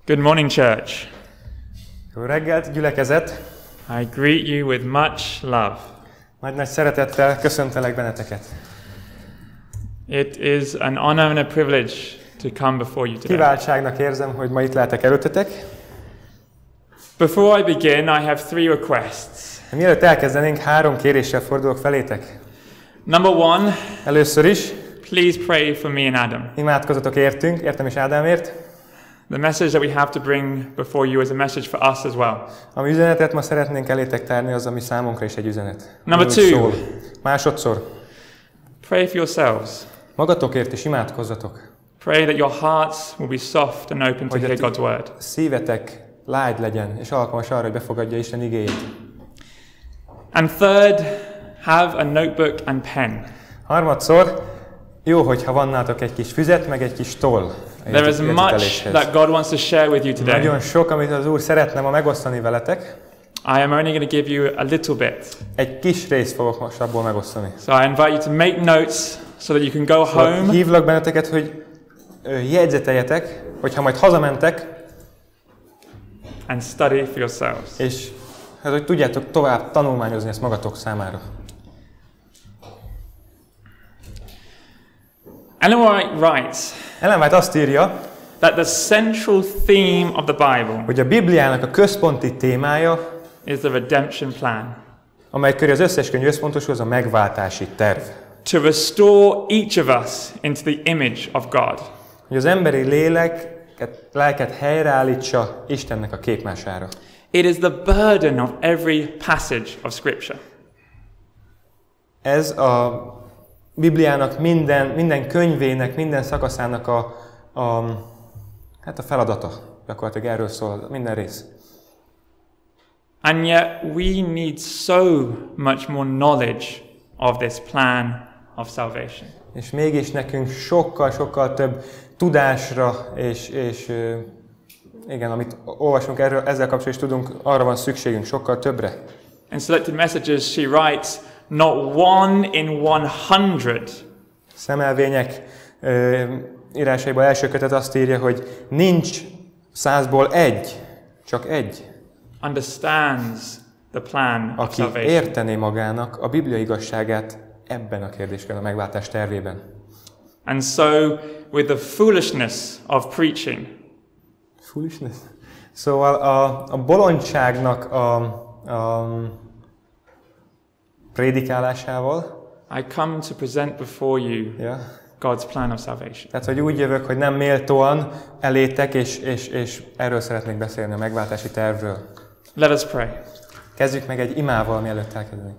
Good morning, church. Jó reggelt, gyülekezet! I greet you with much love. Nagy szeretettel köszöntelek benneteket. It is an honor and a privilege to come before you today. Kiváltságnak érzem, hogy ma itt lehetek előttetek. Before I begin, I have 3 requests. Mielőtt elkezdenénk, 3 kéréssel fordulok felétek. Number 1, Először is, please pray for me and Adam. imádkozzatok értem és Ádámért. The message that we have to bring before you is a message for us as well. Ami üzenetet ma szeretnénk elétek tárni, az, ami számunkra is egy üzenet. Number 2, Másodszor, pray for yourselves. magatokért is imádkozzatok, Pray that your hearts will be soft and open to hogy hear a God's word. szívetek lágy legyen, és alkalmas arra, hogy befogadja Isten igéjét. And third, have a notebook and pen. Harmadszor, jó, hogyha van nálatok egy kis füzet, meg egy kis toll. There is much that God wants to share with you today. Nagyon sok, amit az Úr szeretne ma megosztani veletek. I am only going to give you a little bit. Egy kis részt fogok most abból megosztani. So I invite you to make notes so that you can go home. Hívlak benneteket, hogy jegyzeteljetek, hogyha majd hazamentek, And study for yourselves. és hát, hogy tudjátok tovább tanulmányozni ezt magatok számára. Ellen White writes Ellen White azt írja, that the central theme of the Bible hogy a Bibliának a központi témája, is the redemption plan. amely köré az összes könyv összpontosul, az a megváltási terv. To restore each of us into the image of God. Hogy az emberi lelket helyreállítsa Istennek a képmására. It is the burden of every passage of Scripture. Ez a Bibliának minden könyvének, minden szakaszának a feladata. Gyakorlatilag erről szól minden rész. And yet we need so much more knowledge of this plan of salvation. És mégis nekünk sokkal több tudásra, és igen, amit olvasunk erről, ezzel kapcsolatban is tudunk, arra van szükségünk, sokkal többre. In Selected Messages she writes, not 1 in 100. Szemelvények írásaiból első kötet azt írja, hogy nincs 100-ból egy, csak egy, Understands the plan of aki salvation. értené magának a Biblia igazságát ebben a kérdésben, a megváltás tervében. And so, with the foolishness of preaching, Foolishness? Szóval a bolondságnak a prédikálásával, I come to present before you God's plan of salvation. tehát, hogy úgy jövök, hogy nem méltóan elétek, és erről szeretnék beszélni, a megváltási tervről. Let us pray. Kezdjük meg egy imával, mielőtt elkezdünk.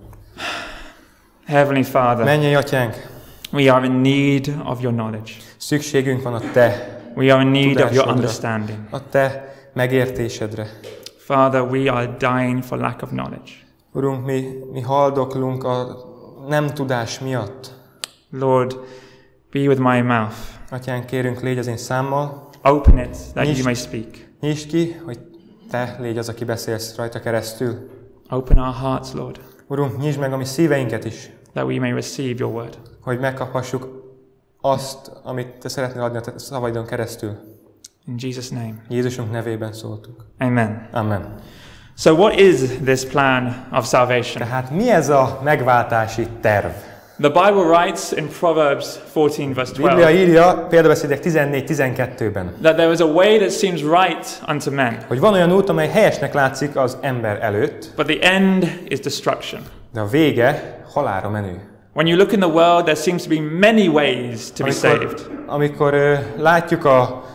Heavenly Father, Mennyei Atyánk, we are in need of your knowledge. szükségünk van a Te We are in need of your tudásodra, understanding. a Te megértésedre. Father, we are dying for lack of knowledge. Urunk, mi haldoklunk a nem tudás miatt. Lord, be with my mouth. Atyánk, kérünk, légy az én számmal. Open it that you may speak. Nyisd ki, hogy Te légy az, aki beszélsz rajta keresztül. Open our hearts, Lord, Urunk, nyisd meg a mi szíveinket is, that we may receive your word. hogy megkaphassuk azt, amit Te szeretnél adni a Te szavaidon keresztül. In Jesus' name. Jézusunk nevében szóltuk. Amen. Amen. So what is this plan of salvation? Tehát mi ez a megváltási terv? The Bible writes in Proverbs 14 verse A Biblia 12 írja példabeszédek 14-12-ben, that there is a way that seems right unto men, hogy van olyan út, amely helyesnek látszik az ember előtt, but the end is destruction. de a vége halálra menő. When you look in the world, there seems to be many ways to be saved. Amikor látjuk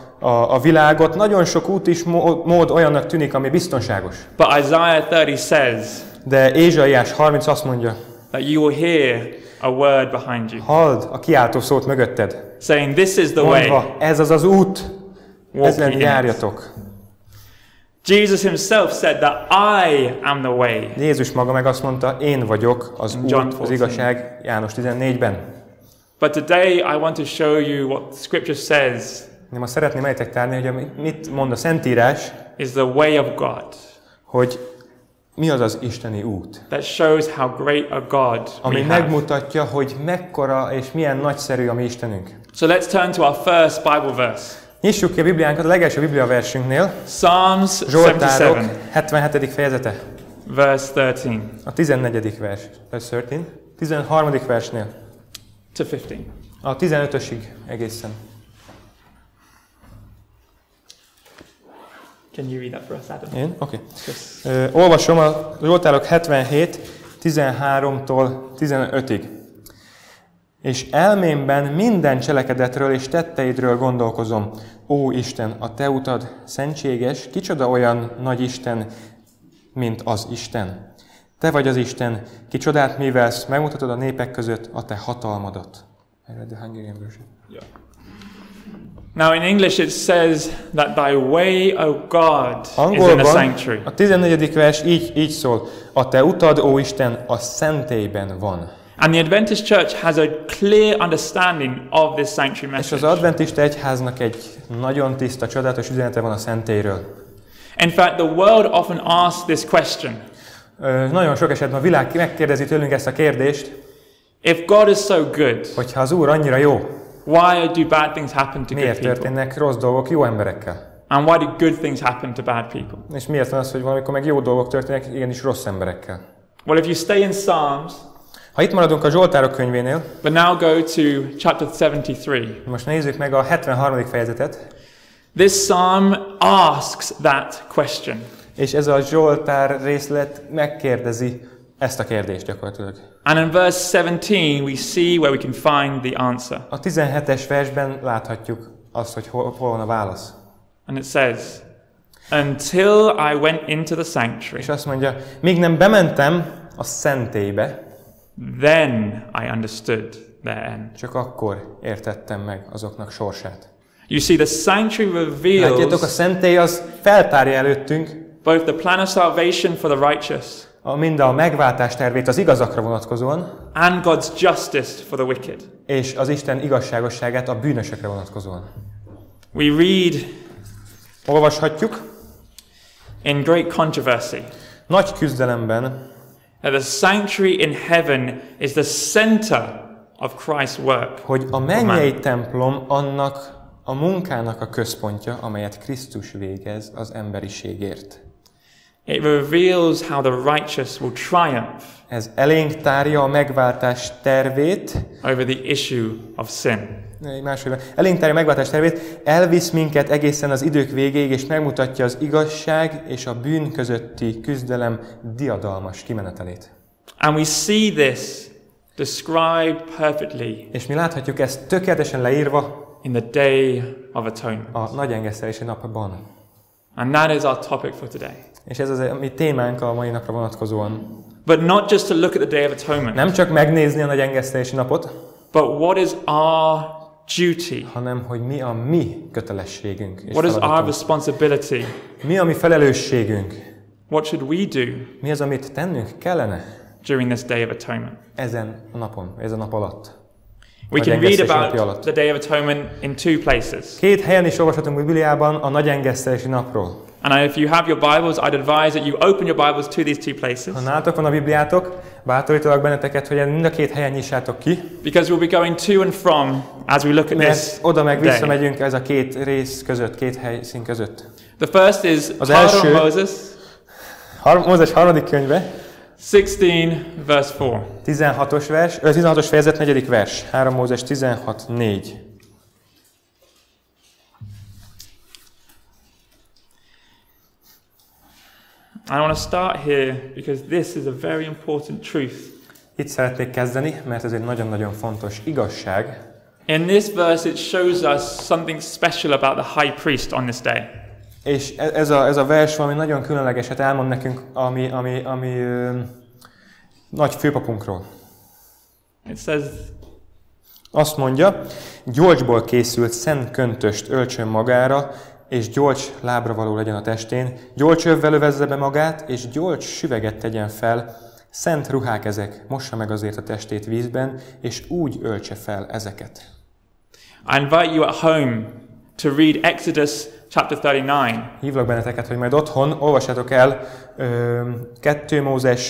a világot, nagyon sok út és mód olyannak tűnik, ami biztonságos. But Isaiah 30 says De Ézsaiás 30 azt mondja, that you will hear a word behind you, halld a kiáltó szót mögötted, saying, "This is the way, mondva, ez az az út, walk ezen ye in it." járjatok. Jesus himself said that I am the way. Jézus maga meg azt mondta, én vagyok az John út, az 14. igazság, János 14-ben. But today I want to show you what Scripture says Én ma szeretném elétek tárni, hogy mit mond a Szentírás, is the way of God. hogy mi az az isteni út. That shows how great a God Ami we have. megmutatja, hogy mekkora és milyen nagyszerű a mi Istenünk. So let's turn to our first Bible verse. Nyissuk ki a Bibliánkat a legelső Biblia versünknél. Psalms Zsoltárok 77, 77. fejezete. verse 13 A 14. vers. 13. versnél. to 15. A 15-ösig egészen. Can you read that for us, Adam? Én? Oké. Yes. Olvasom a Zsoltárok 77, 13-tól 15-ig. És elmémben minden cselekedetről és tetteidről gondolkozom. Ó Isten, a te utad szentséges, kicsoda olyan nagy Isten, mint az Isten. Te vagy az Isten, ki csodát művelsz, megmutatod a népek között a te hatalmadat. I read the Hungarian version. Yeah. Now in English it says that thy way, O God, is in the Angolban sanctuary. a 14. vers így szól. A te utad, ó Isten, a szentélyben van. And the Adventist Church has a clear understanding of this sanctuary És az message. adventista egyháznak egy nagyon tiszta, csodálatos üzenete van a szentélyről. In fact, the world often asks this question. Nagyon sok esetben a világ megkérdezi tőlünk ezt a kérdést, If God is so good, hogyha az Úr annyira jó, why do bad things happen to good miért people? történnek rossz dolgok jó emberekkel? And why do good things happen to bad people? És miért van az, hogy valamikor meg jó dolgok történnek igenis rossz emberekkel? Well, if you stay in Psalms, Ha itt maradunk a Zsoltárok könyvénél, but now go to chapter 73. most nézzük meg a 73. fejezetet, This psalm asks that question. és ez a Zsoltár részlet megkérdezi ezt a kérdést gyakorlatilag. And in verse 17 we see where we can find the answer. A 17-es versben láthatjuk azt, hogy hol van a válasz. And it says, until I went into the sanctuary, És azt mondja, míg nem bementem a szentélybe, then I understood their end. csak akkor értettem meg azoknak sorsát. You see, the sanctuary Látjátok, a reveals szentély az feltárja előttünk both the plan of salvation for the righteous mind a megváltás tervét az igazakra vonatkozóan, and God's justice for the wicked. és az Isten igazságosságát a bűnösökre vonatkozóan. We read Olvashatjuk, in great controversy nagy küzdelemben, that the sanctuary in heaven is the center of Christ's work. hogy a mennyei templom annak a munkának a központja, amelyet Krisztus végez az emberiségért. It reveals how the righteous will triumph Ez elénk tárja a megváltás tervét, over the issue of sin. elénk tárja a megváltás tervét, elvisz minket egészen az idők végéig, és megmutatja az igazság és a bűn közötti küzdelem diadalmas kimenetelét. And we see this described perfectly És mi láthatjuk ezt tökéletesen leírva in the Day of Atonement. a nagy engesztelési napban. And that is our topic for today. És ez az a mi témánk a mai napra vonatkozóan. But not just to look at the Day of Atonement, Nem csak megnézni a nagy engesztelési napot, but what is our duty? hanem hogy mi a mi kötelességünk és What is our feladatunk. responsibility? Mi a mi felelősségünk? What should we do Mi az, amit tennünk kellene during this Day of Atonement? ezen a napon, ezen a nap alatt? We Nagy can read engesztési napja about alatt. the Day of Atonement in two places. Két helyen is olvashatunk a Bibliában a nagy engesztelési napról. And if you have your Bibles, I'd advise that you open your Bibles to these two places, Ha nálatok van a Bibliátok, bátorítalak benneteket, hogy mind a két helyen nyissátok ki, because we'll be going to and from as we look at this mert oda meg day. visszamegyünk ez a két rész között, két helyszín között. The first is Az Part első- of Moses, Mózes 3. könyve, 16 verse 4. 16-os fejezet, 4. vers. 3 Mózes 16:4. I want to start here because this is a very important truth. Itt szeretnék kezdeni, mert ez egy nagyon-nagyon fontos igazság. In this verse, it shows us something special about the high priest on this day. És ez a vers valami nagyon különlegeset elmond nekünk, ami nagy főpapunkról. It says, Azt mondja, gyolcsból készült szent köntöst öltsön magára, és gyolcs lábra való legyen a testén, gyolcsövvel övezze be magát, és gyolcs süveget tegyen fel, szent ruhák ezek, mossa meg azért a testét vízben, és úgy öltse fel ezeket. I invite you at home to read Exodus chapter 39. Hívlak benneteket, hogy majd otthon olvassátok el 2 Mózes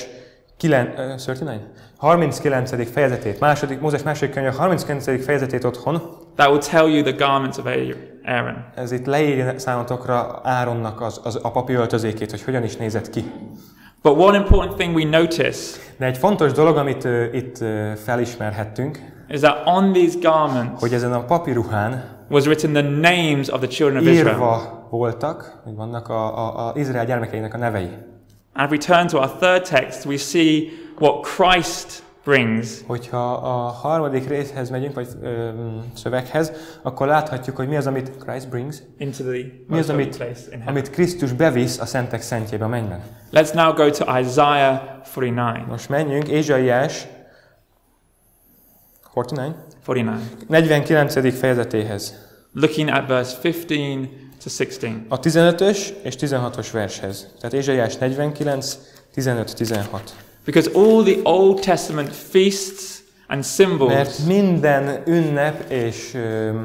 39. fejezetét, Mózes második könyve 39. fejezetét otthon. That will tell you the garments of Aaron. Ez itt leírja számotokra Áronnak a papi öltözékét, hogy hogyan is nézett ki. But one important thing we notice De egy fontos dolog, amit itt felismerhettünk, is that on these garments hogy ezen a papi ruhán was written the names of the children of Israel. írva voltak, hogy vannak az Izrael gyermekeinek a nevei. And if we turn to our third text, we see what Christ brings. Hogyha a harmadik részhez megyünk, vagy szöveghez, akkor láthatjuk, hogy mi az, amit Christ brings, Into the mi az, most holy place in heaven. amit Krisztus bevisz a szentek szentjébe a mennyben. Let's now go to Isaiah 49. Most menjünk Ézsaiás 49. fejezetéhez. Looking at verse 15 to 16. A 15-ös és 16-os vershez. Tehát Ézsaiás 49, 15-16. Because all the Old Testament feasts and symbols Mert minden ünnep és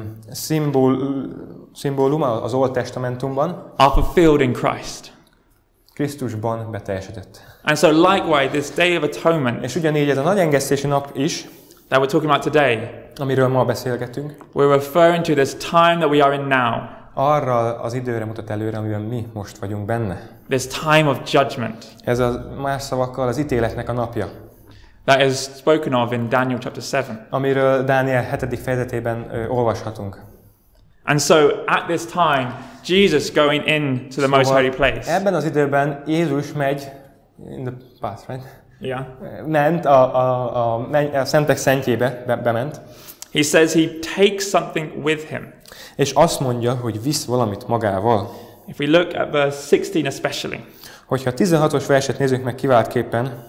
szimbólum az Old Testamentumban are fulfilled in Christ. Krisztusban beteljesedett. And so likewise, this Day of Atonement És ugyanígy ez a nagy engesztési nap is, that we're talking about today, amiről ma beszélgetünk, we're referring to this time that we are in now. arra az időre mutat előre, amiben mi most vagyunk benne. This time of judgment Ez a más szavakkal az ítéletnek a napja, that is spoken of in Daniel chapter 7. amiről Dániel 7. fejezetében olvashatunk. And so at this time, Jesus going into the most holy place. Ebben az időben Jézus megy, in the path, right? Yeah. Ment a szentek szentjébe, bement, He says he takes something with him. és azt mondja, hogy visz valamit magával. If we look at verse 16 especially, Hogyha a 16-os verset nézzük meg kiváltképpen,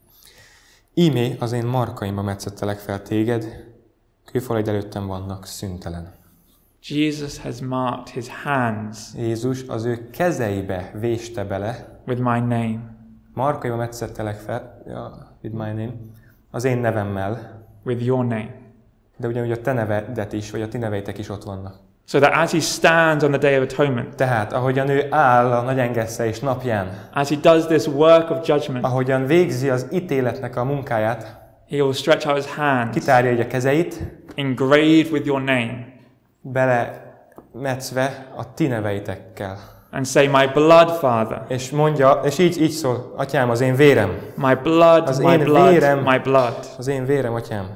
ímé az én markaimba metszettelek fel téged, kőfalaid előttem vannak szüntelen. Jesus has marked his hands Jézus az ő kezeibe véste bele, with my name. markaimba metszettelek fel, with my name, az én nevemmel, With your name. de ugyanúgy a te nevedet is, vagy a ti neveitek is ott vannak. So that as he stands on the Day of Atonement, Tehát, ahogyan ő áll a nagy engesztelés napján, as he does this work of judgment, ahogyan végzi az ítéletnek a munkáját, he will stretch out his hands, kitárja így a kezeit, engraved with your name, belemetszve a ti neveitekkel. and say, my blood, Father, És mondja, és így szól, atyám, az én vérem, my blood, Az my én blood, vérem. my blood. az én vérem, atyám.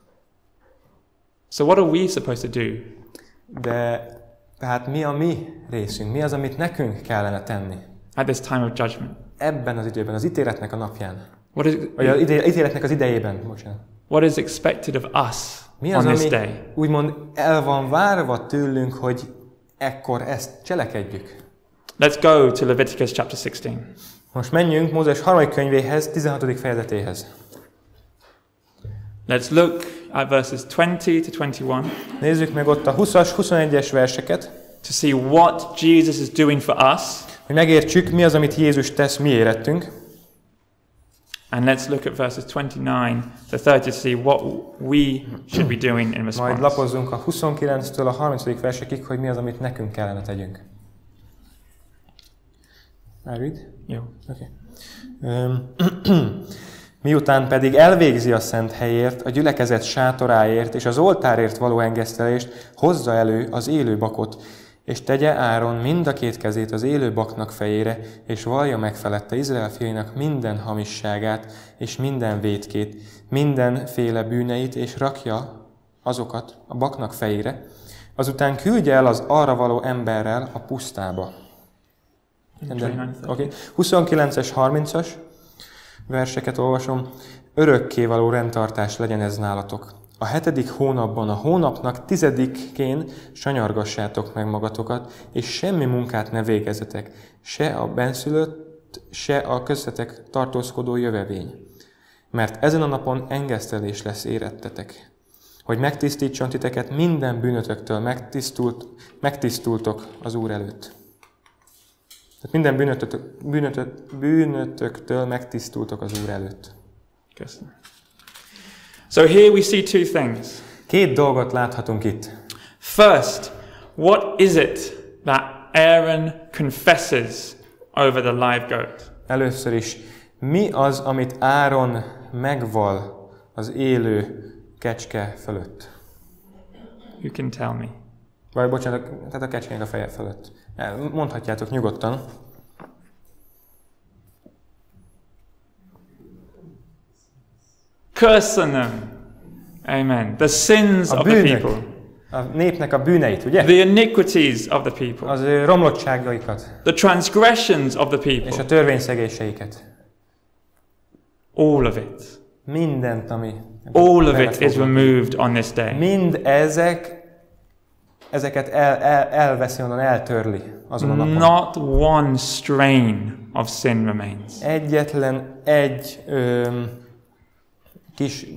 So what are we supposed to do? De tehát mi a mi részünk? Mi az, amit nekünk kellene tenni? At this time of judgment. Ebben az időben, az ítéletnek a napján. What is, Vagy az ítéletnek az idejében, bocsánat. what is expected of us Mi az, on this ami day? úgymond el van várva tőlünk, hogy ekkor ezt cselekedjük? Let's go to Leviticus chapter 16. Most menjünk Mózes 3. könyvéhez, 16. fejezetéhez. Let's look at verses 20 to 21 Nézzük meg ott a 20-as, 21-es verseket, to see what Jesus is doing for us. hogy megértsük, mi az, amit Jézus tesz mi érettünk. And let's look at verses 29 to 30 to see what we should be doing in Majd response. lapozzunk a 29-től a 30. versekig, hogy mi az, amit nekünk kellene tegyünk. I read? Jó. Okay. Miután pedig elvégzi a szent helyért, a gyülekezet sátoráért és az oltárért való engesztelést, hozza elő az élő bakot, és tegye Áron mind a két kezét az élő baknak fejére, és vallja meg felette Izrael fiainak minden hamisságát, és minden vétkét, mindenféle bűneit, és rakja azokat a baknak fejére, azután küldje el az arra való emberrel a pusztába. Okay. 29-es, 30-as verseket olvasom. Örökkévaló rendtartás legyen ez nálatok. A 7. hónapban, a hónapnak 10-én sanyargassátok meg magatokat, és semmi munkát ne végezzetek, se a benszülött, se a köztetek tartózkodó jövevény. Mert ezen a napon engesztelés lesz érettetek, hogy megtisztítson titeket minden bűnötöktől, megtisztultok az Úr előtt. Tehát minden bűnötöktől megtisztultok az Úr előtt. Köszönöm. So here we see two things. Két dolgot láthatunk itt. First, what is it that Aaron confesses over the live goat? Először is, mi az, amit Áron megval az élő kecske fölött? Who can tell me? Vagy bocsánat, tehát a kecskének a feje fölött. Mondhatjátok nyugodtan. Curse on them. Amen. The sins of the people. A népnek a bűneit, ugye? The iniquities of the people. Az ő romlottságaikat. The transgressions of the people. És a törvényszegéseiket. All of it. Mindent, ami... All of it is removed on this day. Mind ezeket elveszi onnan, eltörli azon a napon. Not one strain of sin remains. Egyetlen egy kis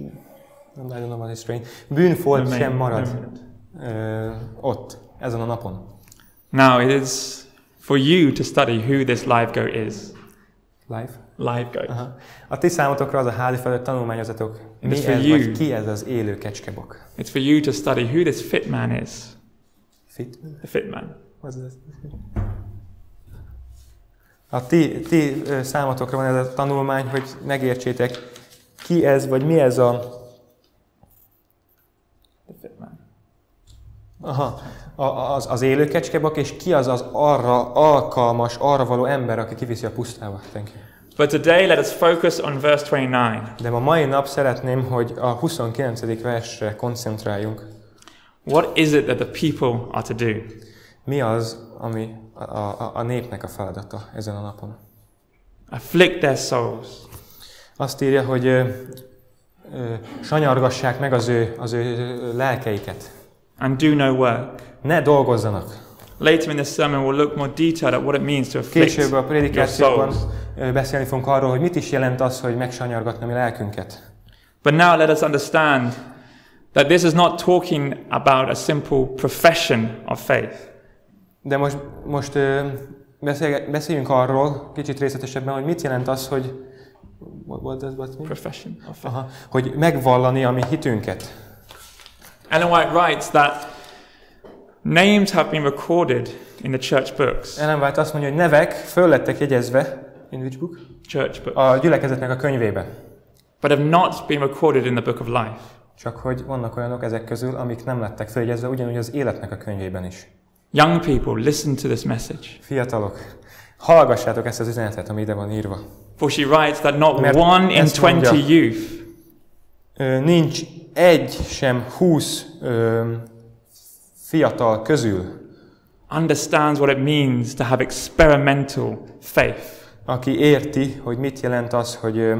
bűnfolt sem marad ott, ezen a napon. Now it is for you to study who this live goat is. Live goat. Aha. A ti számotokra az a házi feladat, tanulmányozatok. Mi ez, vagy ki ez az élő kecskebok? It's for you to study who this fit man is. Fit? The fit man. A ti számotokra van ez a tanulmány, hogy megértsétek, ki ez, vagy mi ez a... The fit man. Aha. Az élő kecskebok, és ki az arra alkalmas, arra való ember, aki kiviszi a pusztába. Thank you. But today let us focus on verse 29. De ma mai nap szeretném, hogy a 29. versre koncentráljunk. What is it that the people are to do? Mi az, ami a népnek a feladata ezen a napon? Afflict their souls. Azt írja, hogy sanyargassák meg az ő lelkeiket. And do no work. Ne dolgozzanak. Later in this sermon we'll look more detailed at what it means to afflict Később a prédikációban your beszélni fogunk arról, hogy mit is jelent az, hogy megsanyargatni a mi lelkünket. But now let us understand that this is not talking about a simple profession of faith. De most beszéljünk arról kicsit részletesebben, hogy mit jelent az, hogy what mean? Profession of faith. Aha, hogy megvallani a mi hitünket. Ellen White writes that names have been recorded in the church books. Ellen White azt mondja, hogy nevek föl lettek jegyezve, in which book? Church book. A gyülekezetnek a könyvébe. But have not been recorded in the book of life. Csak hogy vannak olyanok ezek közül, amik nem lettek följegyezve, ugyanúgy az életnek a könyvében is. Young people, listen to this message. Fiatalok, hallgassátok ezt az üzenetet, ami ide van írva. For she writes that not Mert one in 20 mondja, youth nincs egy sem 20 fiatal közül, understands what it means to have experimental faith. aki érti, hogy mit jelent az, hogy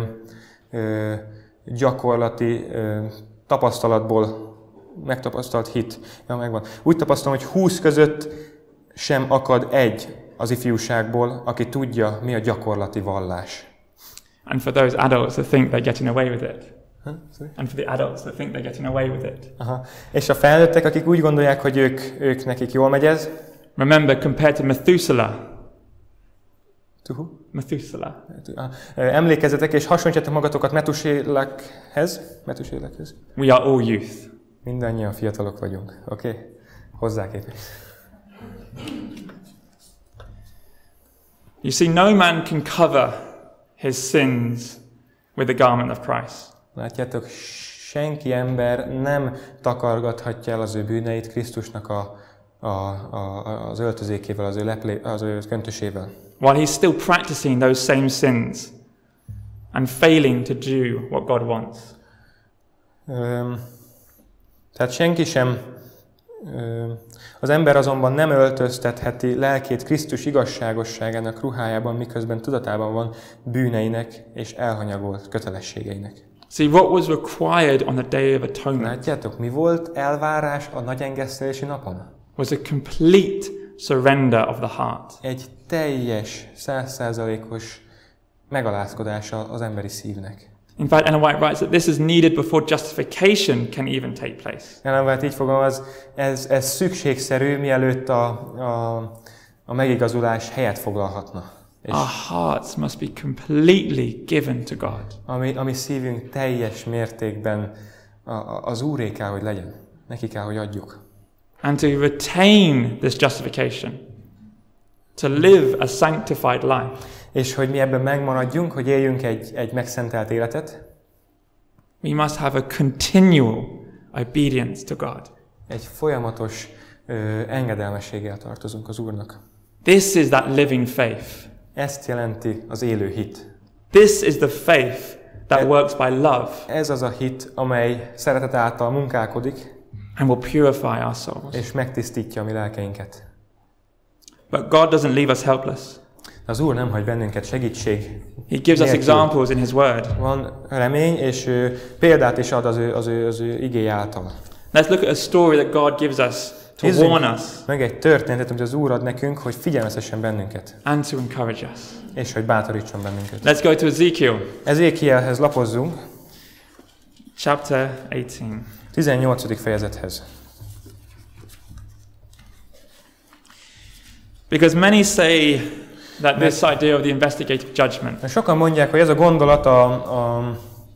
gyakorlati tapasztalatból megtapasztalt hit. Ja, megvan. Úgy tapasztalom, hogy 20 között sem akad egy az ifjúságból, aki tudja, mi a gyakorlati vallás. And for those adults that think they're getting away with it. Sorry? And for the adults that think they're getting away with it. Aha. És a felnőttek, akik úgy gondolják, hogy ők nekik jól megy ez. Remember, compared to Methuselah. To who? Methuselah. Emlékezzetek és hasonlítjátok magatokat Metusélekhez. We are all youth. Mindannyian fiatalok vagyunk. Oké? Okay? Hozzáképes. You see, no man can cover his sins with the garment of Christ. Látjátok, senki ember nem takargathatja el az ő bűneit Krisztusnak az öltözékével, az ő köntösével. While he's still practicing those same sins and failing to do what God wants. Tehát senki sem, az ember azonban nem öltöztetheti lelkét Krisztus igazságosságának ruhájában, miközben tudatában van bűneinek és elhanyagolt kötelességeinek. See, what was required on the Day of Atonement Látjátok, mi volt elvárás a nagy engesztelési napon? was a complete surrender of the heart. Egy teljes, 100%-os megalázkodása az emberi szívnek. In fact, Ellen White writes that this is needed before justification can even take place. Ellen White így fogalmaz, ez szükségszerű, mielőtt a megigazulás helyet foglalhatna. És Our hearts must be completely given to God. ami szívünk teljes mértékben az Úré kell, hogy legyen. Neki kell, hogy adjuk. And to retain this justification, to live a sanctified life, És hogy mi ebben megmaradjunk, hogy éljünk egy megszentelt életet, we must have a continual obedience to God. egy folyamatos engedelmességgel tartozunk az Úrnak. This is that living faith. Ezt jelenti az élő hit. This is the faith that works by love Ez az a hit, amely szeretet által munkálkodik, and will purify our souls. és megtisztítja a mi lelkeinket. But God doesn't leave us helpless. Az Úr nem hagy bennünket segítség. He gives us nélkül. examples in His Word. Van remény, és példát is ad az ő igéje által. Let's look at a story that God gives us to Nézzünk warn us meg egy történetet, amit az Úr ad nekünk, hogy figyelmeztessen bennünket, and to encourage us. és hogy bátorítson bennünket. Let's go to Ezekiel Ezékielhez lapozzunk, chapter 18. 18. fejezethez. Because many say that this idea of the investigative judgment Sokan mondják, hogy ez a gondolat a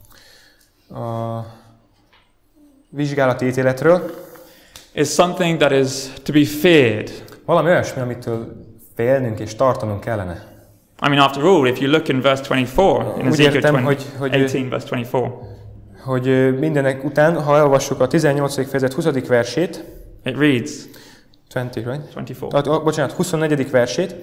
vizsgálati ítéletről is something that is to be feared. valami olyasmi, amitől félnünk és tartanunk kellene. I mean, after all, if you look in verse 24, in Úgy Ezekiel értem, 18, verse 24, hogy mindenek után, ha elolvassuk a 18. fejezet 20. versét, it reads, 20, right? 24. Bocsánat, 24. versét,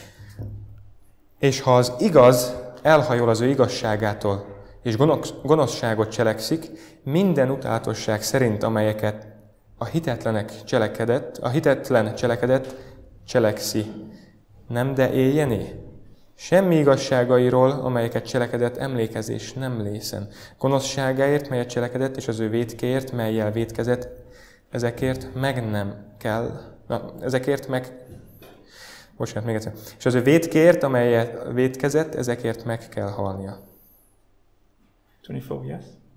és ha az igaz elhajol az ő igazságától, és gonoszságot cselekszik, minden utálatosság szerint, amelyeket a hitetlen cselekedett, cselekszi. Nem de éljené? Semmi igazságairól, amelyeket cselekedett, emlékezés nem lészen. Gonoszságáért, melyet cselekedett, és az ő vétkéért, mellyel vétkezett, ezekért meg nem kell. Bocsánat, még egyszer. És az ő vétkért, amelyet vétkezett, ezekért meg kell halnia. 24, yes?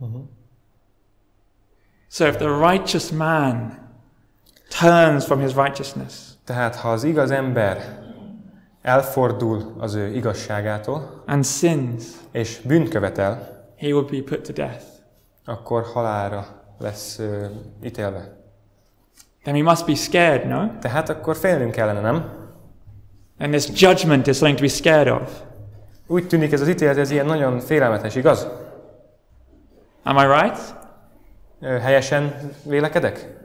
So if the righteous man turns from his righteousness, Tehát, ha az igaz ember elfordul az ő igazságától, and sins, és bűnt követel, he will be put to death. akkor halálra lesz ítélve. Then we must be scared, no? Tehát akkor félnünk kellene, nem? And this judgment is something to be scared of. Úgy tűnik ez az ítélet, ez ilyen nagyon félelmetes, igaz? Am I right? Helyesen vélekedek?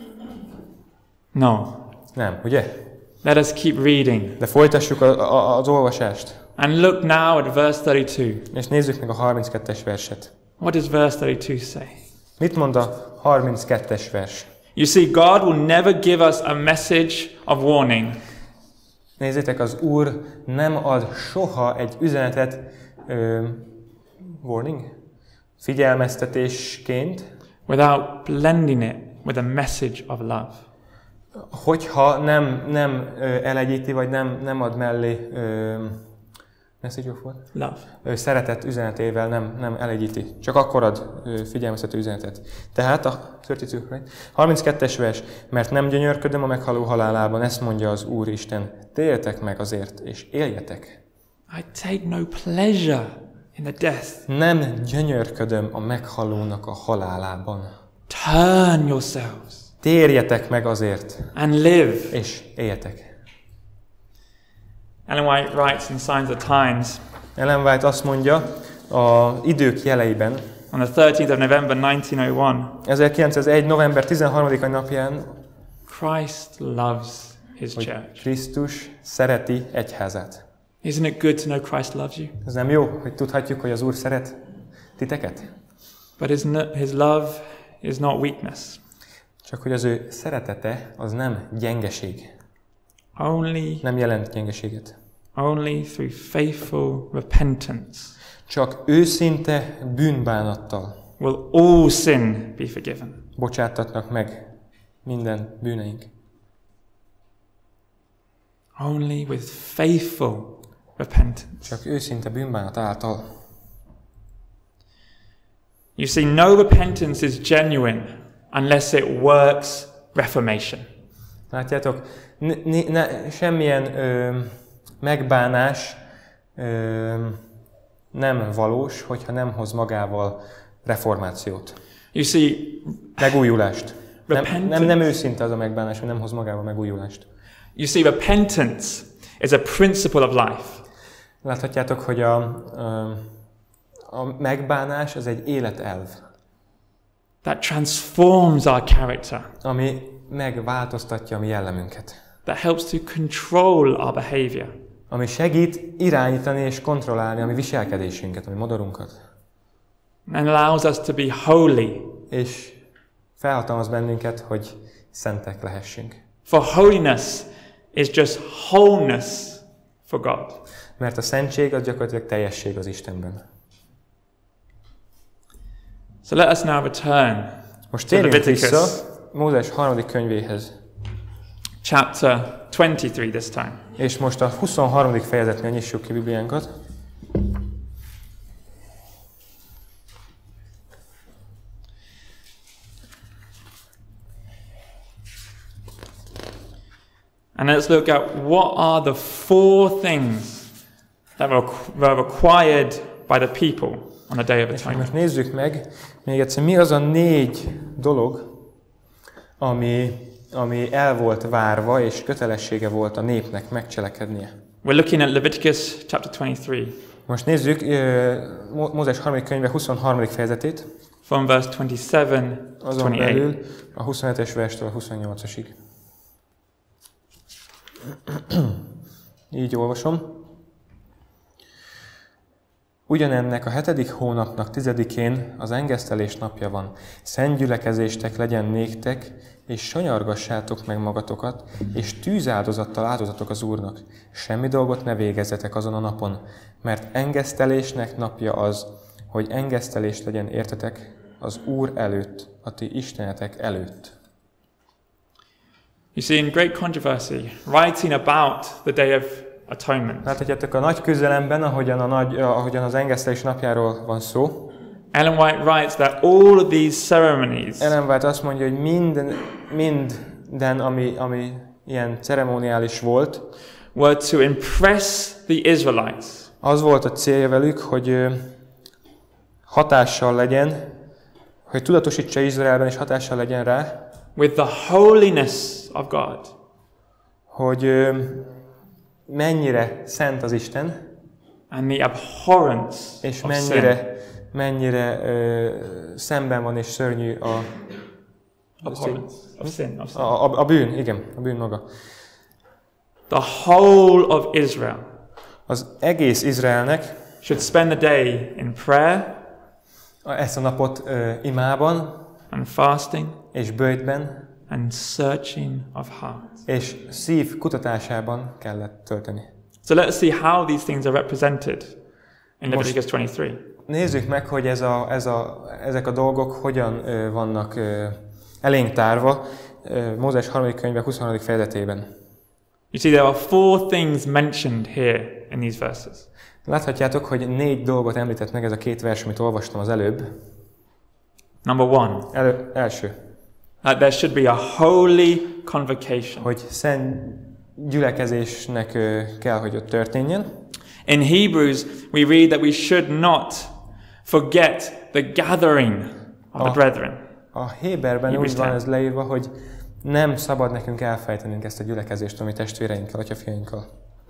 No. Nem, ugye? Let us keep reading. De folytassuk az olvasást. And look now at verse 32. És nézzük meg a 32-es verset. What does verse 32 say? Mit mond a 32-es vers? You see, God will never give us a message of warning Nézzétek, az Úr nem ad soha egy üzenetet, warning? Figyelmeztetésként, without blending it with a message of love. hogyha nem elegyíti, vagy nem ad mellé message of what? Love. Szeretet üzenetével nem elegyíti. Csak akkor ad figyelmeztető üzenetet. Tehát a 32es vers, mert nem gyönyörködöm a meghaló halálában, ezt mondja az Úr Isten, térjetek meg azért, és éljetek. I take no pleasure in the death. Nem gyönyörködöm a meghalónak a halálában. Turn yourselves Térjetek meg azért, and live. és éljetek. Ellen White writes in Signs of the Times Ellen White azt mondja az idők jeleiben, on the 13th of November 1901, 1901. november 13. napján, Christ loves his hogy church. Krisztus szereti egyházát. Isn't it good to know Christ loves you? Ez nem jó, hogy tudhatjuk, hogy az Úr szeret titeket? But his love is not weakness. Csak hogy az ő szeretete az nem gyengeség. Nem jelent gyengeséget. Only through faithful repentance Csak őszinte bűnbánattal will all sin be forgiven. bocsáttatnak meg minden bűneink. Only with faithful repentance. Csak őszinte bűnbánat által. You see, no repentance is genuine unless it works reformation. Látjátok, semmilyen megbánás nem valós, hogyha nem hoz magával reformációt. You see, Megújulást. repentance, Nem őszinte az a megbánás, hogy nem hoz magával megújulást. You see, repentance is a principle of life. Láthatjátok, hogy a megbánás az egy életelv, That transforms our character. ami megváltoztatja a mi jellemünket. That helps to control our behavior. Ami segít irányítani és kontrollálni a mi viselkedésünket, a mi modorunkat. And allows us to be holy. És felhatalmaz bennünket, hogy szentek lehessünk. For holiness is just wholeness for God. Mert a szentség az gyakorlatilag teljesség az Istenben. So let us now return Most to térjünk Leviticus vissza Mózes 3. könyvéhez. chapter 23 this time. És most a 23. fejezetnél nyissuk ki Bibliánkat. And let's look at what are the 4 things that were required by the people on the Day of És Atonement. most nézzük meg még egyszer, mi az a 4 dolog, ami el volt várva, és kötelessége volt a népnek megcselekednie. We're looking at Leviticus chapter 23 Most nézzük Mózes 3. könyve 23. fejezetét, from verse 27 to azon 28. belül a 27-es verstől a 28-asig. Így olvasom. Ugyanennek a 7. hónapnak 10-én az engesztelés napja van. Szent gyülekezéstek legyen néktek, és sanyargassátok meg magatokat, és tűzáldozattal áldozatok az Úrnak. Semmi dolgot ne végezzetek azon a napon, mert engesztelésnek napja az, hogy engesztelés legyen értetek az Úr előtt, a ti istenetek előtt. You see, in great controversy, writing about the Day of Atonement, Láthatjátok a nagy küzdelemben, ahogyan az engesztelés napjáról van szó. Ellen White writes that all of these ceremonies Ellen White azt mondja, hogy minden ami ilyen ceremoniális volt, were to impress the Israelites az volt a célja velük, hogy hatással legyen, hogy tudatosítsa Izraelben, és hatással legyen rá, with the holiness of God hogy mennyire szent az Isten, and the abhorrence és of sin. mennyire szemben van és szörnyű Abhorrence of sin. a bűn, igen, a bűn maga. The whole of Israel Az egész Izraelnek should spend the day in prayer ezt a napot imában and fasting és böjtben and searching of hearts. és szív kutatásában kellett tölteni. So let's see how these things are represented in Leviticus 23. Nézzük meg, hogy ezek a dolgok hogyan vannak elénk tárva Mózes 3. könyve 23. fejezetében. You see, there are 4 things mentioned here in these verses. Láthatjátok, hogy 4 dolgot említett meg ez a 2 vers, amit olvastam az előbb. Number 1, Első, that there should be a holy convocation. hogy szent gyülekezésnek kell, hogy ott történjen. In Hebrews, we read that we should not forget the gathering of the brethren. A Héberben Hebrews úgy van 10. ez leírva, hogy nem szabad nekünk elfejtenünk ezt a gyülekezést a mi testvéreinkkel, atyafiainkkal.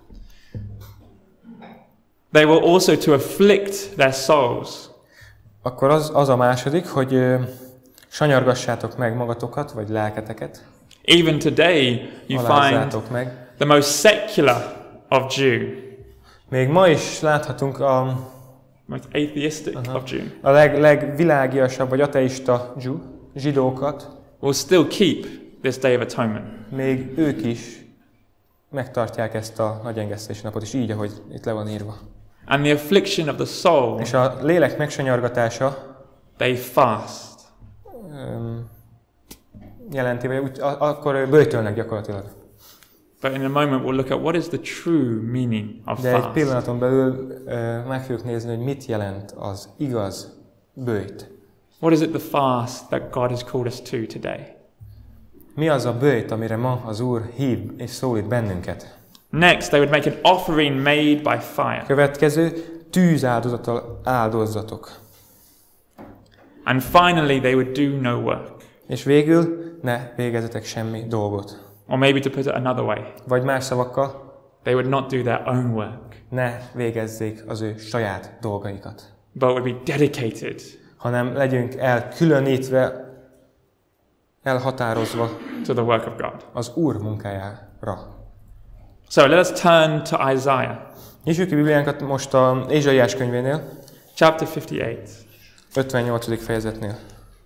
They were also to afflict their souls. Akkor az a második, hogy sanyargassátok meg magatokat, vagy lelketeket. Even today, you find Alázzátok meg. the most secular of Jew, Még ma is láthatunk most atheistic of Jew, a legvilágiasabb vagy ateista zsidókat, will still keep this Day of Atonement. még ők is megtartják ezt a nagy engesztési napot, és így, ahogy itt le van írva. And the affliction of the soul, És a lélek megsanyargatása they fast. jelenti, vagy akkor böjtölnek gyakorlatilag. But in a moment we'll look at what is the true meaning of De egy fast. pillanaton belül meg fogjuk nézni, hogy mit jelent az igaz böjt. What is it the fast that God has called us to today? Mi az a böjt, amire ma az Úr hív és szólít bennünket? Next, they would make an offering made by fire. Következő, tűzáldozattal áldozzatok. And finally, they would do no work. És végül ne végezzetek semmi dolgot. Or maybe to put it another way, Vagy más szavakkal, they would not do their own work, ne végezzék az ő saját dolgaikat, but would be dedicated hanem legyünk elkülönítve elhatározva to the work of God. az Úr munkájára. So let us turn to Isaiah, Nyissuk ki Bibliánkat most a Ézsaiás könyvénél, chapter 58. 58. fejezetnél.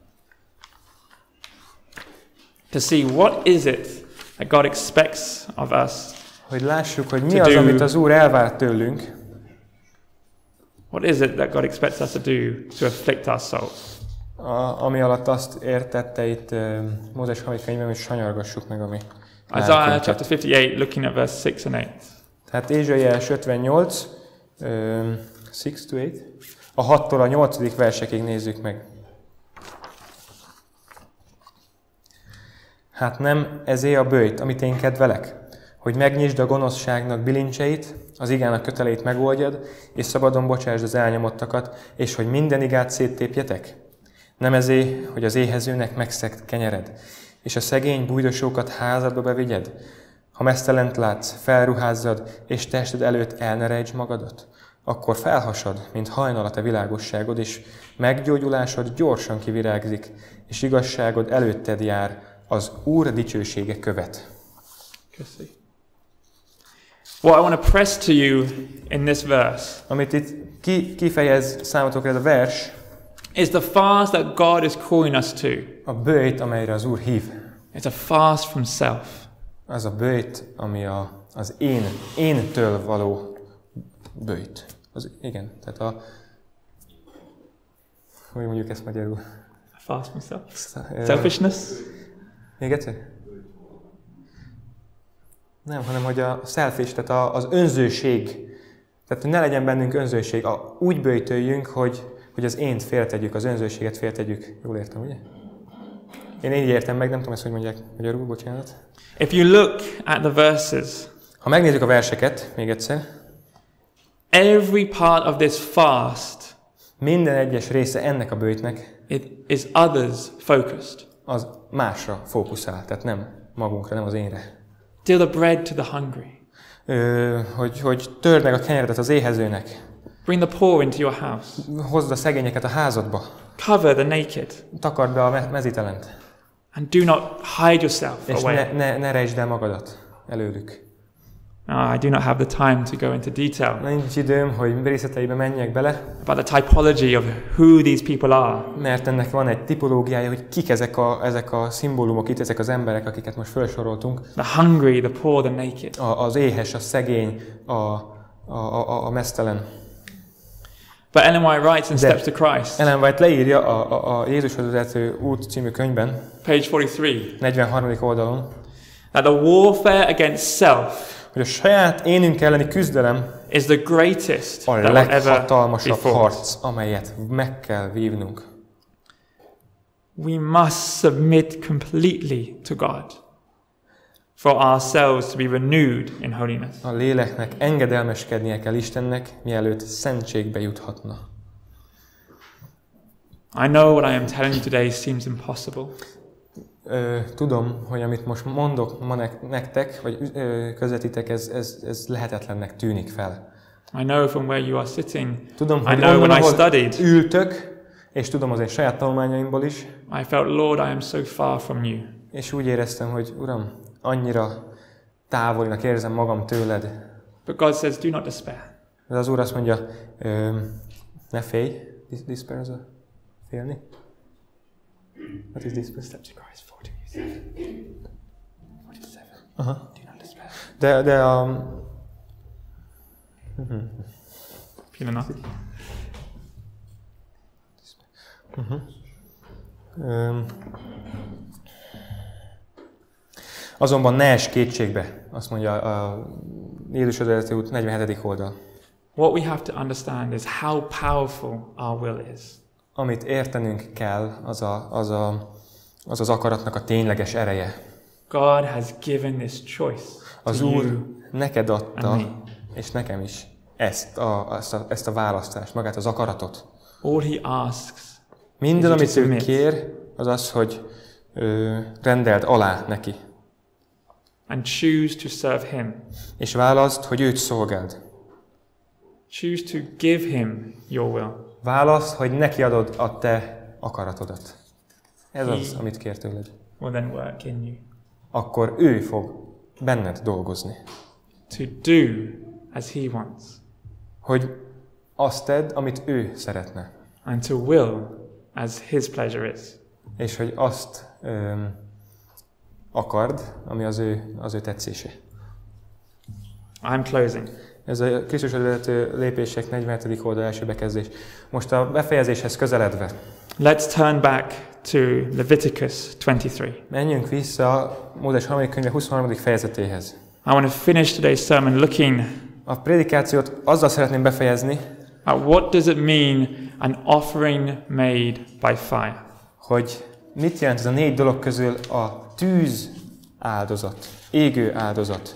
To see what is it that God expects of us. Hogy lássuk, hogy mi az, amit az Úr elvár tőlünk. What is it that God expects us to do to afflict our souls? Ami alatt azt értette itt Mózes harmadik könyvben, hogy sanyargassuk meg a mi Isaiah lelkünket. chapter 58, looking at verse 6 and 8. Tehát Ézsaiás 58, 6-8, a 6-tól a 8. versekig nézzük meg. Hát nem ezé a böjt, amit én kedvelek, hogy megnyisd a gonoszságnak bilincseit, az igának köteleit megoldjad, és szabadon bocsásd az elnyomottakat, és hogy minden igát széttépjetek? Nem ezé, hogy az éhezőnek megszegt kenyered, és a szegény bújdosókat házadba bevigyed? Ha meztelent látsz, felruházzad, és tested előtt el ne rejtsd magadat, akkor felhasad, mint hajnal a te világosságod, és meggyógyulásod gyorsan kivirágzik, és igazságod előtted jár, az Úr dicsősége követ. Köszi. What I want to press to you in this verse Amit itt kifejez számotokra ez a vers, is the fast that God is calling us to. a böjt, amelyre az Úr hív. It's a fast from self. Az a böjt, ami az éntől való böjt. Igen, tehát hogy mondjuk ezt magyarul? A fast from self. Selfishness. Még egyszer? Nem, hanem hogy a selfish, tehát az önzőség. Tehát, hogy ne legyen bennünk önzőség. Úgy böjtöljünk, hogy az ént féltegyük, az önzőséget féltegyük. Jól értem, ugye? Én így értem meg, nem tudom ezt, hogy mondják magyarul, bocsánat. If you look at the verses, Ha megnézzük a verseket, még egyszer, every part of this fast, minden egyes része ennek a böjtnek it is others focused. az másra fókuszál, tehát nem magunkra, nem az énre. Deal the bread to the hungry. Hogy törd meg a kenyeredet az éhezőnek. Bring the poor into your house. Hozd a szegényeket a házadba. Cover the naked. Takard be a mezítelent. And do not hide yourself És away. ne rejtsd el magadat előlük. I do not have the time to go into detail Nincs időm, hogy részleteibe menjek bele, about the typology of who these people are. mert ennek van egy tipológiája, hogy kik ezek a szimbólumok itt, ezek az emberek, akiket most felsoroltunk. The hungry, the poor, the naked. Az éhes, a szegény, a meztelen. But Ellen White writes in Steps to Christ, Ellen White leírja a Jézushoz vezető út című könyvben, page 43, 43. oldalon, that the warfare against self hogy a saját énünk elleni küzdelem is the greatest a that will ever be leghatalmasabb fought. harc, amelyet meg kell vívnunk. We must submit completely to God for ourselves to be renewed in holiness. A léleknek engedelmeskednie kell Istennek, mielőtt szentségbe juthatna. I know what I am telling you today seems impossible. Tudom, hogy amit most mondok ma nektek, vagy közvetítek, ez lehetetlennek tűnik fel. I know from where you are sitting. Tudom, I hogy know onnan, when I ahol studied, ültök, és tudom az én saját tanulmányaimból is, I felt, Lord, I am so far from you. és úgy éreztem, hogy Uram, annyira távolinak érzem magam tőled. But God says, do not despair. De az Úr azt mondja, ne félj, despair az a félni? What is despair? Steps to Christ 47. Aha. Do not despair. De Feel enough? Azonban ne ess kétségbe, azt mondja a Jézus vezető út 47. oldal. What we have to understand is how powerful our will is. Amit értenünk kell, az az akaratnak a tényleges ereje. God has given this choice Az to Úr you neked and adta, me. és nekem is ezt a választást, magát az akaratot. All he asks Minden, is amit you ő to submit. kér, az az, hogy rendeld alá neki. And choose to serve him. És válaszd, hogy őt szolgáld. Choose to give him your will. Válaszd, hogy neki adod a te akaratodat. Ez az, amit kér tőled. will then work in you. akkor ő fog benned dolgozni. To do as he wants. Hogy azt tedd, amit ő szeretne. And to will as his pleasure is. És hogy azt akard, ami az ő tetszése. I'm closing. Ez a Krisztushoz vezető lépések 47. oldal első bekezdés. Most a befejezéshez közeledve. Let's turn back to Leviticus 23. Menjünk vissza Mózes 3. könyve 23. fejezetéhez. I want to finish today's sermon looking A prédikációt azzal szeretném befejezni, at what does it mean an offering made by fire. hogy mit jelent ez a 4 dolog közül a tűz áldozat, égő áldozat.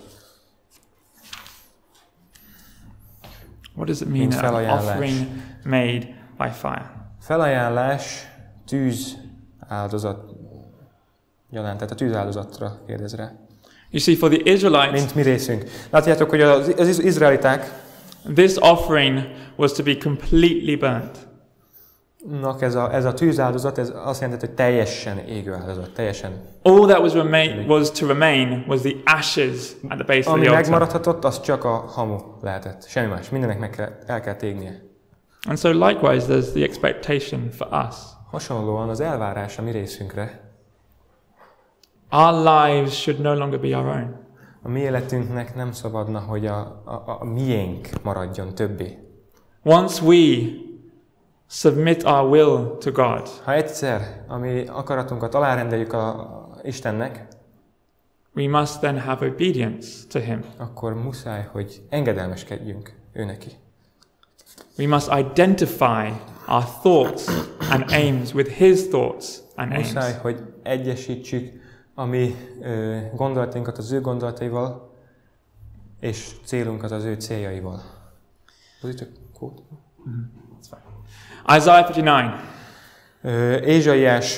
What does it mean an offering made by fire? Felajánlás, tűz áldozat jelent, tehát a tűz áldozatra kérdez rá. You see, for the Israelites, Mint mi részünk. Látjátok, hogy az izraeliták this offering was to be completely burnt. ez a tűzáldozat, ez azt jelenti, hogy teljesen égő áldozat, teljesen. All that was to remain was the ashes at the base of Ami the altar. megmaradhatott, az csak a hamu lehetett. Semmi más. Mindennek el kell égnie. And so likewise, there's the expectation for us. Hasonlóan az elvárás a mi részünkre. Our lives should no longer be our own. A mi életünknek nem szabadna, hogy a miénk maradjon többé. Once we submit our will to God, Ha egyszer a mi akaratunkat alárendeljük Istennek, we must then have obedience to Him. akkor muszáj, hogy engedelmeskedjünk ő neki. We must identify our thoughts and aims with His thoughts and aims. Muszáj, hogy egyesítsük a mi gondolatunkat az ő gondolataival, és célunkat az ő céljaival. Was it a quote? That's fine. Isaiah 59. Ézsaiás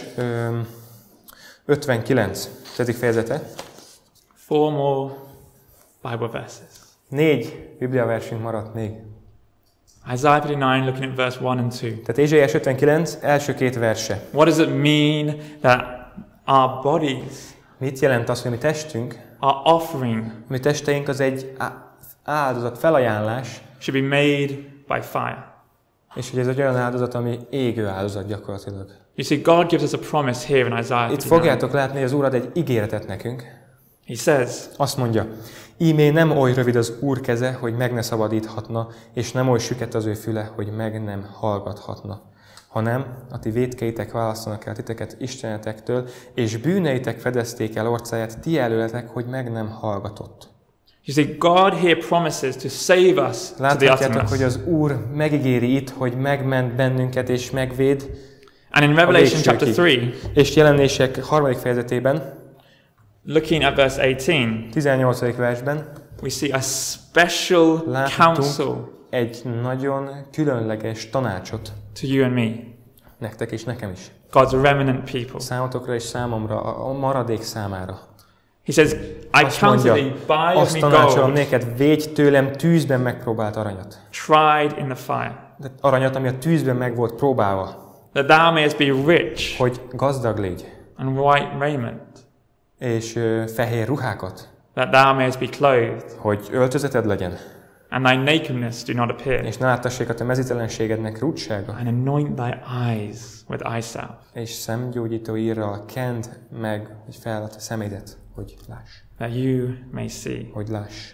59. 10. fejezete. 4 more Bible verses. 4 bibliaversünk maradt még. Isaiah 59, looking at verse 1 and 2. Tehát Ézsaiás 59 első 2 verse. What does it mean that our bodies, Mit jelent az, hogy mi testünk, our offering, mi testeink az egy áldozat, felajánlás, should be made by fire? és hogy ez egy olyan áldozat, ami égő áldozat gyakorlatilag. You see, God gives us a promise here in Isaiah Itt 59. fogjátok látni, hogy az Úr ad egy ígéretet nekünk. He says, Azt mondja, ímé nem oly rövid az Úr keze, hogy meg ne szabadíthatna, és nem oly süket az ő füle, hogy meg nem hallgathatna, hanem a ti vétkeitek választanak el titeket istenetektől, és bűneitek fedezték el orcáját ti előletek, hogy meg nem hallgatott. you see, God here promises to save us to the Láthatjátok, uttermost. hogy az Úr megígéri itt, hogy megment bennünket és megvéd. And in Revelation végsőkig. chapter 3, És jelenések 3. fejezetében, looking at verse 18, 18. versben we see a special Láthatunk counsel egy nagyon különleges tanácsot to you and me, nektek és nekem is. God's remnant people. Számotokra és számomra, a maradék számára. He says, I Azt counsel mondja, thee, buy of azt me tanácsolom gold, néked, védj tőlem tűzben megpróbált aranyat. tried in the fire, De aranyat, ami a tűzben meg volt próbálva, that thou mayest be rich, hogy gazdag légy, and white raiment, és fehér ruhákat, that thou mayest be clothed, hogy öltözeted legyen, and thy nakedness do not appear, és ne láttassék a te mezítelenségednek rúdsága, and anoint thy eyes with eye salve, és szemgyógyító írral kend meg, hogy fel a te szemédet, hogy láss, that you may see. hogy láss.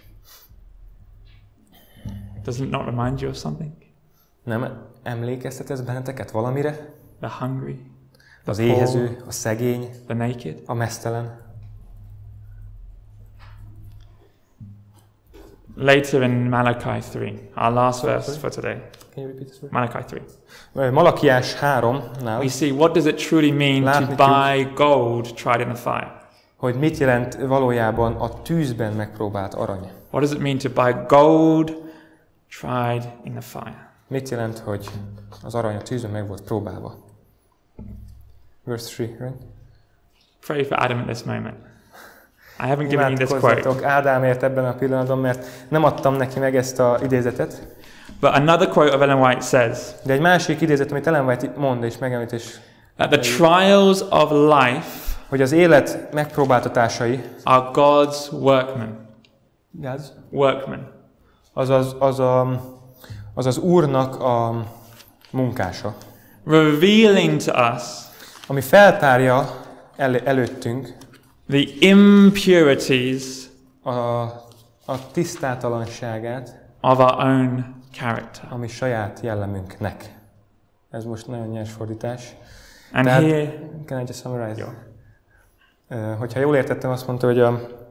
Does it not remind you of something? Nem emlékeztet ez benneteket valamire? The hungry, Az the poor, éhező, a szegény, the naked. a meztelen. Later in Malachi 3, our last verse for today, Can you repeat this word? Malachi 3, Malakiás 3-nál, we see what does it truly mean to Látni buy gold tried in the fire. hogy mit jelent valójában a tűzben megpróbált arany. What does it mean to buy gold tried in the fire? Mit jelent, hogy az arany a tűzben meg volt próbálva? Verse 3, right? Pray for Adam at this moment. I haven't given you this quote. Imádkozzatok Ádámért ebben a pillanatban, mert nem adtam neki meg ezt az idézetet. But another quote of Ellen White says De egy másik idézet, amit Ellen White mond és megemlít, és that the trials of life hogy az élet megpróbáltatásai are God's workmen. Workmen. az Úrnak a munkása. Revealing to us ami feltárja előttünk the impurities a tisztátalanságát of our own character. ami saját jellemünknek. Ez most nagyon nyers fordítás. And Tehát, here, can I just summarize? Hogyha jól értettem, azt mondta, hogy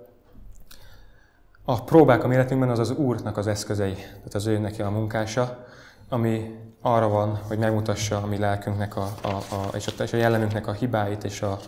a próbák a életünkben az Úrnak az eszközei, tehát az ő neki a munkása, ami arra van, hogy megmutassa a mi lelkünknek és a jellemünknek a hibáit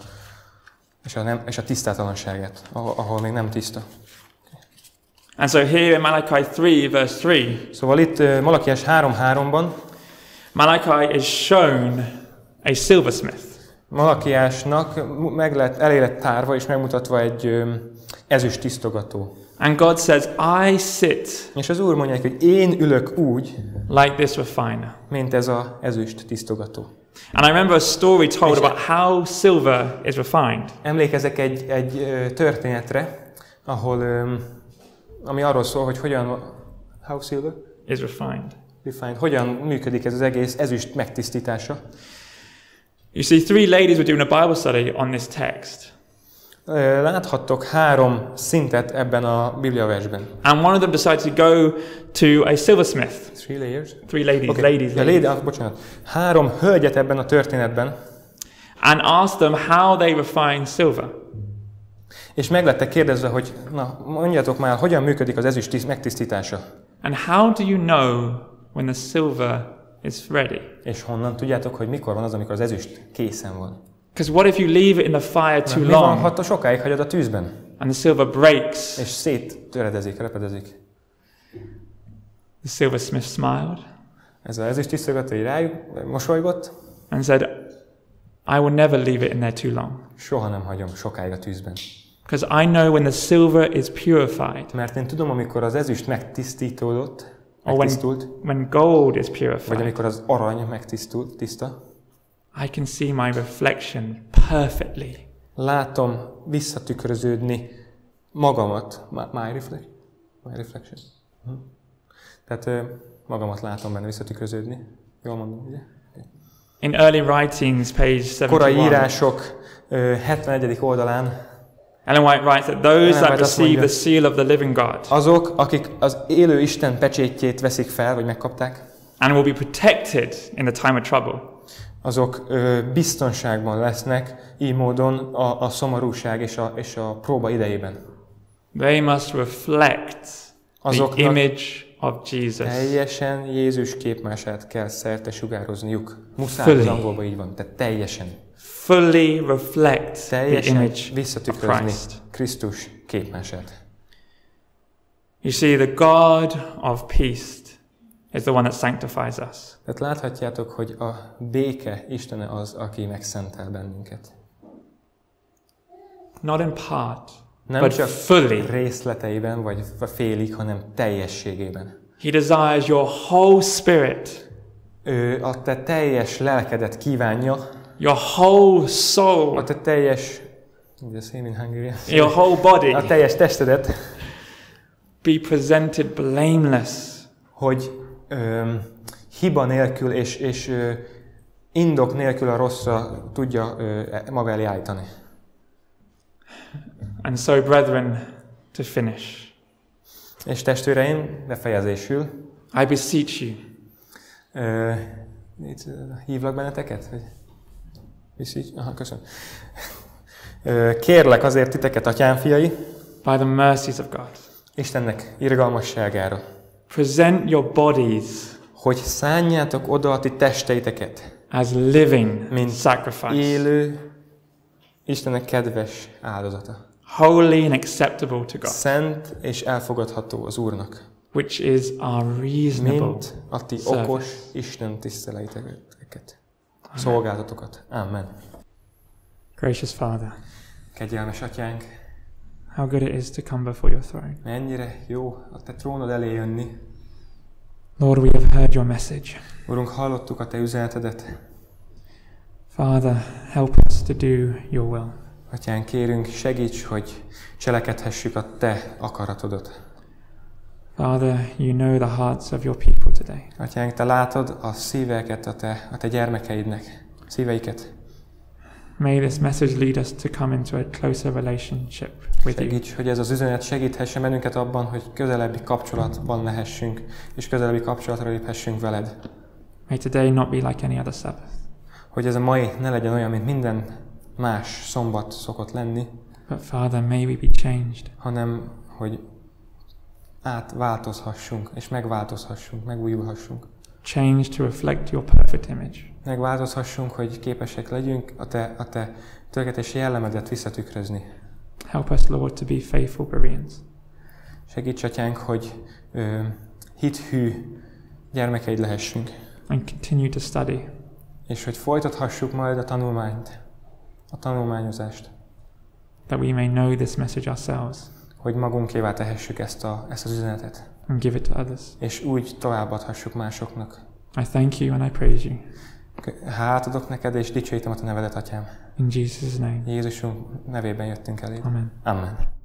és a tisztátalanságát, ahol még nem tiszta. and so here in Malachi 3 verse 3, Szóval itt Malakiás 3:3-ban Malachi is shown a silversmith. Malakiásnak elé lett tárva és megmutatva egy ezüst tisztogató. And God says, I sit És az Úr mondja, hogy én ülök úgy, like this refiner. mint ez az ezüst tisztogató. And I remember a story told about how silver is refined. Emlékezek egy történetre, ami arról szól, hogy how silver Is refined. refined, hogyan működik ez az egész ezüst megtisztítása. You see, 3 ladies were doing a Bible study on this text. Láthattok 3 szintet ebben a bibliaversben. And one of them decided to go to a silversmith. 3 layers? 3 ladies, Okay. ladies. Bocsánat. 3 hölgyet ebben a történetben. And asked them how they refine silver. És meg lettek kérdezve, hogy mondjatok már, hogyan működik az ezüst megtisztítása. And how do you know when the silver is ready? És honnan tudjátok, hogy mikor van az, amikor az ezüst készen van? Because what if you leave it in the fire too Mi van, long ha sokáig hagyod a tűzben? and the silver breaks? És széttöredezik, repedezik. The silversmith smiled Ez az ezüst tisztogató így rájuk mosolygott. and said, I will never leave it in there too long. Soha nem hagyom sokáig a tűzben. Because I know when the silver is purified, Mert én tudom, amikor az ezüst megtisztítódott, or megtisztult, when gold is vagy purified, amikor az arany megtisztult, tiszta, I can see my reflection perfectly. látom visszatükröződni magamat. My reflection. Tehát magamat látom benne visszatükröződni. Jól mondom, ugye? In early writings, page Korai 71, írások 71. oldalán Ellen White writes that those Ellen that White azt receive mondja, the seal of the living God azok, akik az élő Isten pecsétjét veszik fel, vagy megkapták, and will be protected in the time of trouble. azok biztonságban lesznek, így módon a szomorúság és a próba idejében. They must reflect the Azoknak image of Jesus. teljesen Jézus képmását kell szerte sugározniuk. Muszáj, Fully. az angolban így van, tehát teljesen. Fully reflect the Teljesen image of visszatükrözni Christ. Krisztus képmását. You see, the God of peace is the one that sanctifies us. Tehát láthatjátok, hogy a béke Istene az, aki megszentel bennünket. Not in part, Nem but csak fully. részleteiben, vagy félig, hanem teljességében. He desires your whole spirit, Ő a te teljes lelkedet kívánja, your whole a soul, te teljes, the same in Hungarian, your whole body a teljes testedet, be presented blameless. hogy hiba nélkül és indok nélkül a rosszra tudja maga elé állítani. And so, brethren, to finish, És testvéreim, befejezésül, I beseech you, hívlak benneteket? Köszönöm. Kérlek azért titeket, atyám fiai, by the mercies of God, Istennek irgalmasságára, present your bodies hogy szánjátok oda a ti testeiteket, as living mint sacrifice, élő, Istennek kedves áldozata. holy and acceptable to God, Szent és elfogadható az Úrnak, which is our reasonable mint a ti service. okos Isten tiszteleteket, szolgálatokat. Amen. Gracious Father, Kegyelmes atyánk, how good it is to come before your throne. mennyire jó a te trónod elé jönni. Lord, we have heard your message. Urunk, hallottuk a te üzenetedet. Father, help us to do your will. Atyánk, kérünk, segíts, hogy cselekedhessük a Te akaratodat. Father, you know the hearts of your people today. Atyánk, Te látod a szíveket a Te gyermekeidnek, szíveiket. May this message lead us to come into a closer relationship with you. Segíts, hogy ez az üzenet segíthesse bennünket abban, hogy közelebbi kapcsolatban lehessünk, és közelebbi kapcsolatra léphessünk veled. May today not be like any other Sabbath. Hogy ez a mai ne legyen olyan, mint minden más szombat szokott lenni, But Father, may we be changed. hanem hogy átváltozhassunk, és megváltozhassunk, megújulhassunk. Change to reflect your perfect image. Megváltozhassunk, hogy képesek legyünk a te tökéletes jellemedet visszatükrözni. Help us, Lord, to be faithful Bereans. Segíts, Atyánk, hogy hithű gyermekeid lehessünk, And continue to study. és hogy folytathassuk majd a tanulmányt, a tanulmányozást, That we may know this message ourselves hogy magunkévá tehessük ezt az üzenetet, and give it to others. és úgy továbbadhassuk másoknak. I thank you and I praise you. Hálát adok neked, és dicsőítem a te nevedet, Atyám. In Jesus' name. Jézusunk nevében jöttünk eléd. Amen. Amen.